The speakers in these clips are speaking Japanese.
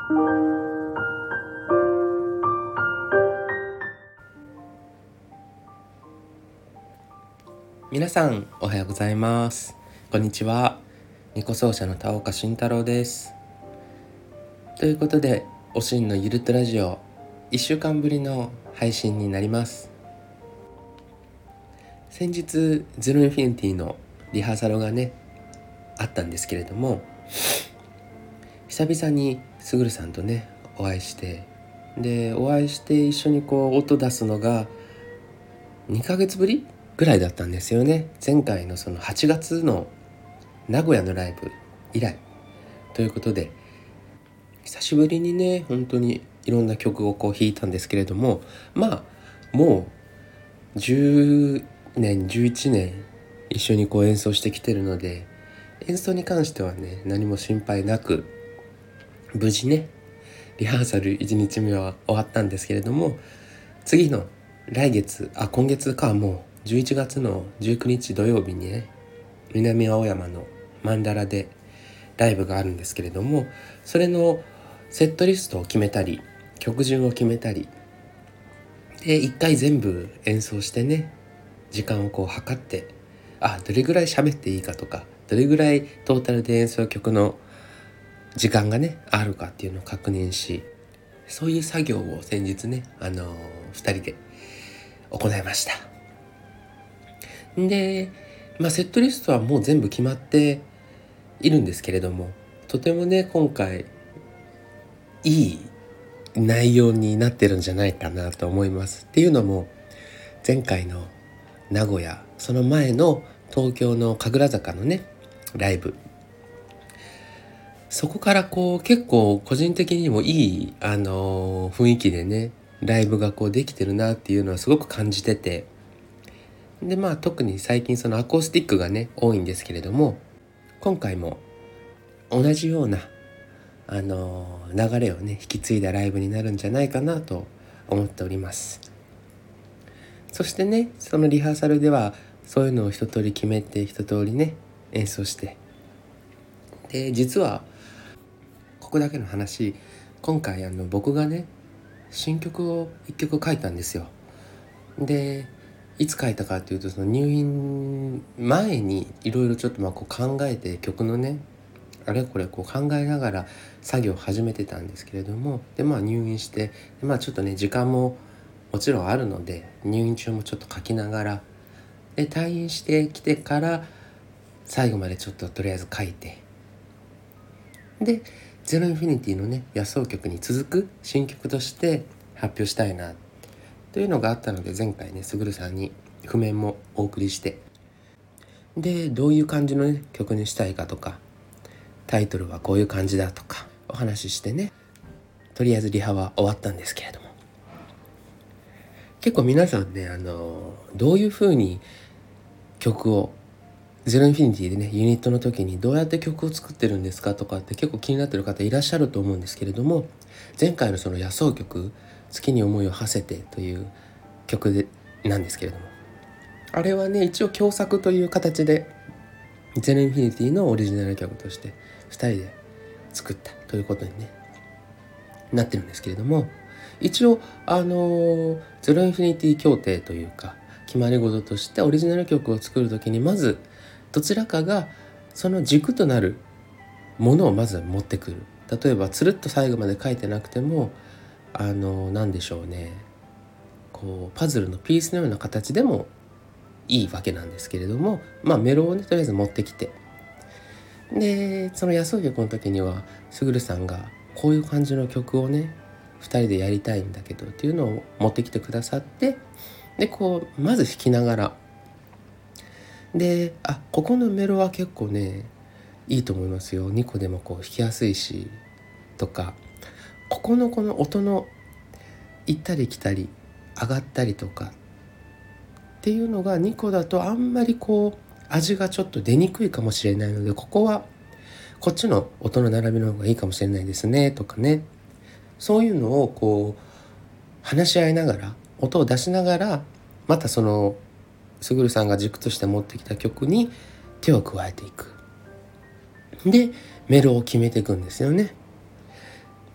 皆さんおはようございます。こんにちは。ニコ奏者の田岡慎太郎です。ということで、おしんのゆるっとラジオ1週間ぶりの配信になります。先日ゼロインフィニティのリハーサルがねあったんですけれども、久々にすぐるさんとねお会いして、一緒に音出すのが2ヶ月ぶりぐらいだったんですよね。前回のその8月の名古屋のライブ以来ということで、久しぶりにね本当にいろんな曲を弾いたんですけれども、もう10年11年一緒に演奏してきてるので、演奏に関してはね何も心配なく無事ねリハーサル1日目は終わったんですけれども、次の今月か、もう11月の19日土曜日にね南青山のマンダラでライブがあるんですけれども、それのセットリストを決めたり曲順を決めたりで、一回全部演奏してね時間を測って、どれぐらい喋っていいかとか、どれぐらいトータルで演奏曲の時間がねあるかっていうのを確認し、そういう作業を先日ね2人で行いました。で、セットリストはもう全部決まっているんですけれども、とてもね今回いい内容になってるんじゃないかなと思います。っていうのも、前回の名古屋、その前の東京の神楽坂のねライブ、そこから結構個人的にもいい雰囲気でねライブができてるなっていうのはすごく感じてて、で特に最近そのアコースティックがね多いんですけれども、今回も同じような流れをね引き継いだライブになるんじゃないかなと思っております。そしてねそのリハーサルではそういうのを一通り決めて一通りね演奏して、で実はここだけの話、今回僕がね新曲を1曲書いたんですよ。でいつ書いたかっていうと、その入院前にいろいろちょっと考えて、曲のねあれこれ考えながら作業を始めてたんですけれども、で入院して、ちょっとね時間ももちろんあるので、入院中もちょっと書きながら、で退院してきてから最後までちょっととりあえず書いて、でゼロインフィニティのね野奏曲に続く新曲として発表したいなというのがあったので、前回ねすぐるさんに譜面もお送りして、でどういう感じのね曲にしたいかとか、タイトルはこういう感じだとかお話ししてね、とりあえずリハは終わったんですけれども、結構皆さんねどういう風に曲をゼロインフィニティでねユニットの時にどうやって曲を作ってるんですかとかって結構気になってる方いらっしゃると思うんですけれども、前回のその野奏曲月に思いを馳せてという曲なんですけれども、あれはね一応共作という形でゼロインフィニティのオリジナル曲として2人で作ったということにねなってるんですけれども、一応ゼロインフィニティ協定というか決まり事として、オリジナル曲を作るときにまずどちらかがその軸となるものをまず持ってくる。例えばつるっと最後まで書いてなくてもなんでしょうね、パズルのピースのような形でもいいわけなんですけれども、メロをねとりあえず持ってきて、でその野奏曲の時にはすぐるさんがこういう感じの曲をね2人でやりたいんだけどっていうのを持ってきてくださって、でまず弾きながら、でここのメロは結構ねいいと思いますよ、2個でも弾きやすいしとか、この音の行ったり来たり上がったりとかっていうのが2個だとあんまり味がちょっと出にくいかもしれないので、ここはこっちの音の並びの方がいいかもしれないですねとかね、そういうのを話し合いながら音を出しながら、またそのすぐるさんが軸として持ってきた曲に手を加えていく。でメロを決めていくんですよね。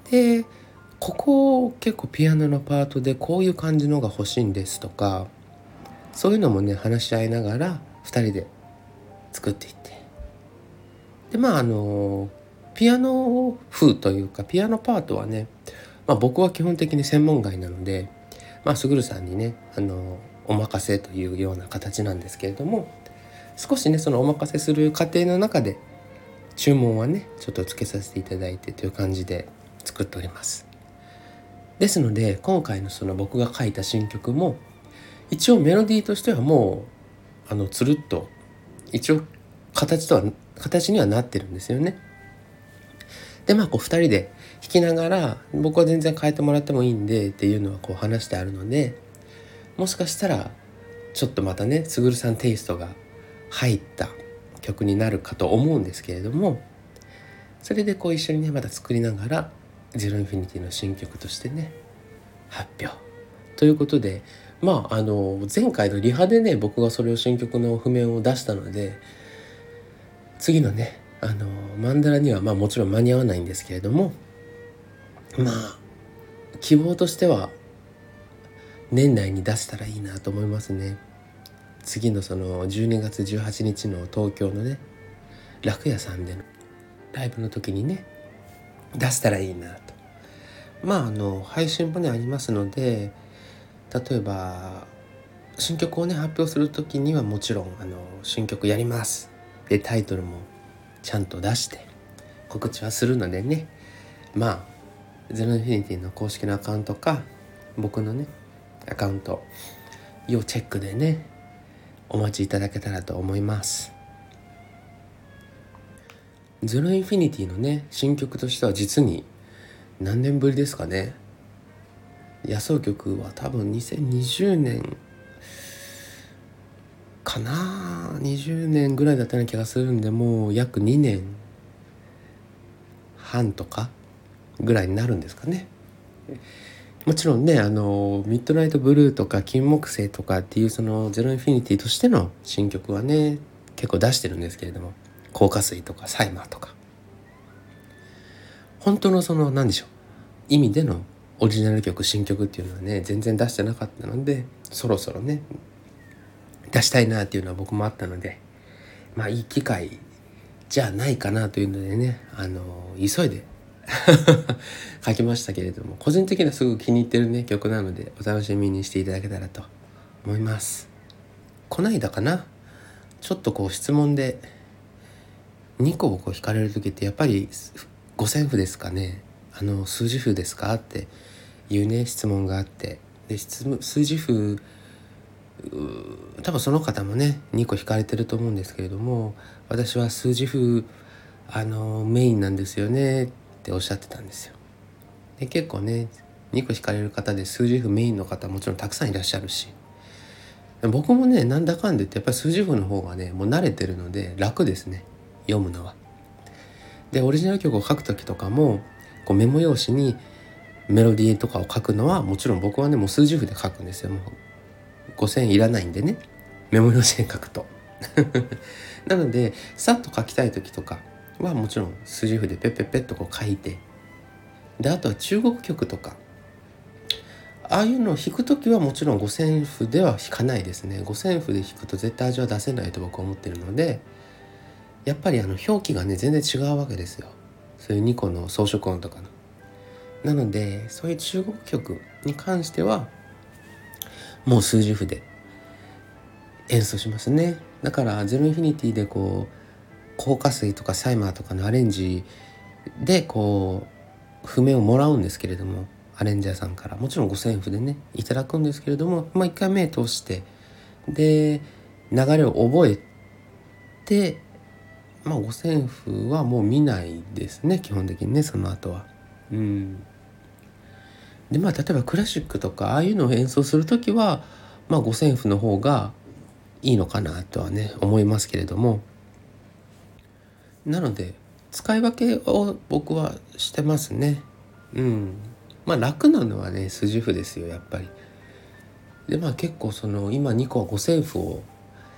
でここ結構ピアノのパートでこういう感じのが欲しいんですとか、そういうのもね話し合いながら2人で作っていって、でピアノ風というかピアノパートはね、僕は基本的に専門外なので、すぐるさんにねお任せというような形なんですけれども、少しねそのお任せする過程の中で注文はねちょっとつけさせていただいてという感じで作っております。ですので今回のその僕が書いた新曲も一応メロディーとしてはもうつるっと一応形にはなってるんですよね。で2人で弾きながら、僕は全然変えてもらってもいいんでっていうのは話してあるので、もしかしたらちょっとまたねすぐるさんテイストが入った曲になるかと思うんですけれども、それで一緒にねまた作りながらゼロインフィニティの新曲としてね発表ということで、前回のリハでね僕がそれを新曲の譜面を出したので、次のねマンダラにはもちろん間に合わないんですけれども、希望としては年内に出せたらいいなと思いますね。次のその12月18日の東京のね楽屋さんでのライブの時にね出せたらいいなと。配信もねありますので、例えば新曲をね発表する時にはもちろん新曲やりますでタイトルもちゃんと出して告知はするのでね、ゼロインフィニティの公式のアカウントか僕のねアカウント要チェックでねお待ちいただけたらと思います。ゼロインフィニティのね新曲としては実に何年ぶりですかね。野草曲は多分2020年かな、20年ぐらいだったような気がするんで、もう約2年半とかぐらいになるんですかね。もちろんねミッドナイトブルーとか金木犀とかっていうそのゼロインフィニティとしての新曲はね結構出してるんですけれども、コーカ水とかサイマーとか本当のその何でしょう意味でのオリジナル曲新曲っていうのはね全然出してなかったので、そろそろね出したいなっていうのは僕もあったので、いい機会じゃないかなというのでね急いで書きましたけれども、個人的にはすごく気に入ってるね曲なのでお楽しみにしていただけたらと思います。こないだかな、ちょっと質問で2個を引かれる時ってやっぱり五線譜ですかね、数字譜ですかっていうね質問があって、で数字譜多分その方もね2個引かれてると思うんですけれども、私は数字譜メインなんですよねっておっしゃってたんですよ。で結構ね2個引かれる方で数字譜メインの方もちろんたくさんいらっしゃるし、僕もねなんだかんで言ってやっぱり数字譜の方がねもう慣れてるので楽ですね読むのは。でオリジナル曲を書く時とかもメモ用紙にメロディーとかを書くのはもちろん僕はねもう数字譜で書くんですよ。もう5000いらないんでね、メモ用紙で書くとなのでさっと書きたい時とかはもちろん数字譜でペッペッペッと書いて、であとは中国曲とかああいうのを弾く時はもちろん五線譜では弾かないですね。五線譜で弾くと絶対味は出せないと僕は思ってるので、やっぱり表記がね全然違うわけですよ、そういう2個の装飾音とかの。なのでそういう中国曲に関してはもう数字譜で演奏しますね。だからゼロインフィニティでコーカ水とかサイマーとかのアレンジで譜面をもらうんですけれども、アレンジャーさんからもちろん5000譜でねいただくんですけれども、一回目通してで流れを覚えて、5000譜はもう見ないですね基本的にね、その後は。で例えばクラシックとかああいうのを演奏する時は5000譜の方がいいのかなとはね思いますけれども、なので使い分けを僕はしてますね。楽なのはね筋譜ですよやっぱり。で結構今2個は5000譜を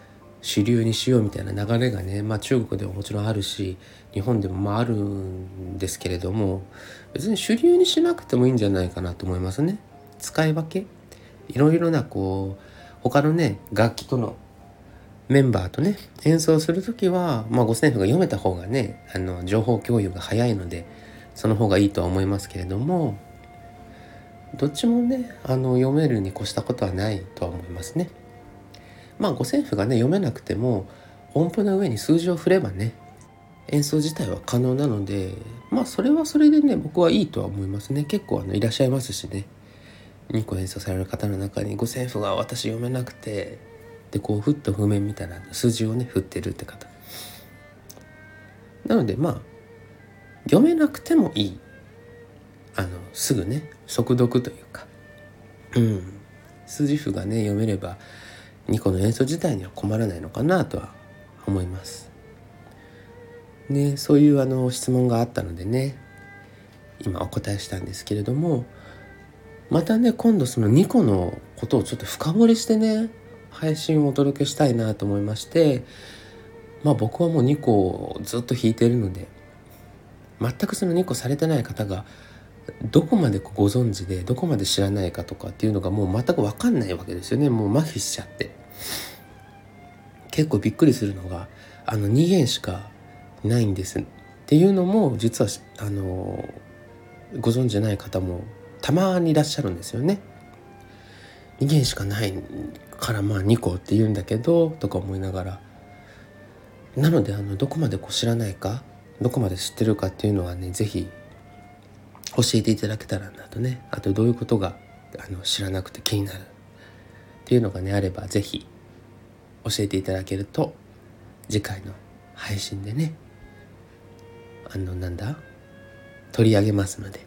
主流にしようみたいな流れがね、中国ではもちろんあるし、日本でもあるんですけれども、別に主流にしなくてもいいんじゃないかなと思いますね。使い分け、いろいろな他のね楽器とのメンバーとね演奏するときは、五線譜が読めた方がね情報共有が早いので、その方がいいとは思いますけれども、どっちもね読めるに越したことはないとは思いますね。五線譜がね読めなくても音符の上に数字を振ればね演奏自体は可能なので、それはそれでね僕はいいとは思いますね。結構いらっしゃいますしね、2個演奏される方の中に五線譜が私読めなくてでふっと譜面見たら数字をね振ってるって方なので、読めなくてもいい、すぐね速読というか、数字譜がね読めれば2個の演奏自体には困らないのかなとは思いますね。そういう質問があったのでね今お答えしたんですけれども、またね今度その2個のことをちょっと深掘りしてね配信をお届けしたいなと思いまして、僕はもう2個をずっと弾いているので、全くその2個されてない方がどこまでご存知でどこまで知らないかとかっていうのがもう全く分かんないわけですよね。もう麻痺しちゃって結構びっくりするのが2弦しかないんですっていうのも実はご存知ない方もたまにいらっしゃるんですよね。2弦しかないから2個って言うんだけどとか思いながら、なのでどこまで知らないかどこまで知ってるかっていうのはねぜひ教えていただけたらなとね、あとどういうことが知らなくて気になるっていうのがねあればぜひ教えていただけると次回の配信でね取り上げますので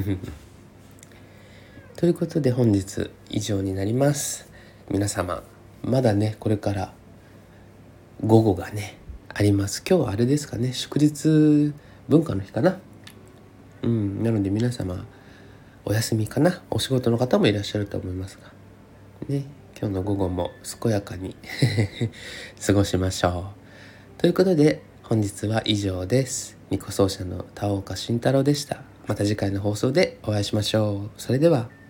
ということで本日以上になります。皆様まだねこれから午後がねあります。今日はあれですかね、祝日文化の日かな。なので皆様お休みかな、お仕事の方もいらっしゃると思いますがね、今日の午後も健やかに過ごしましょう。ということで本日は以上です。二個奏者の田岡慎太郎でした。また次回の放送でお会いしましょう。それでは。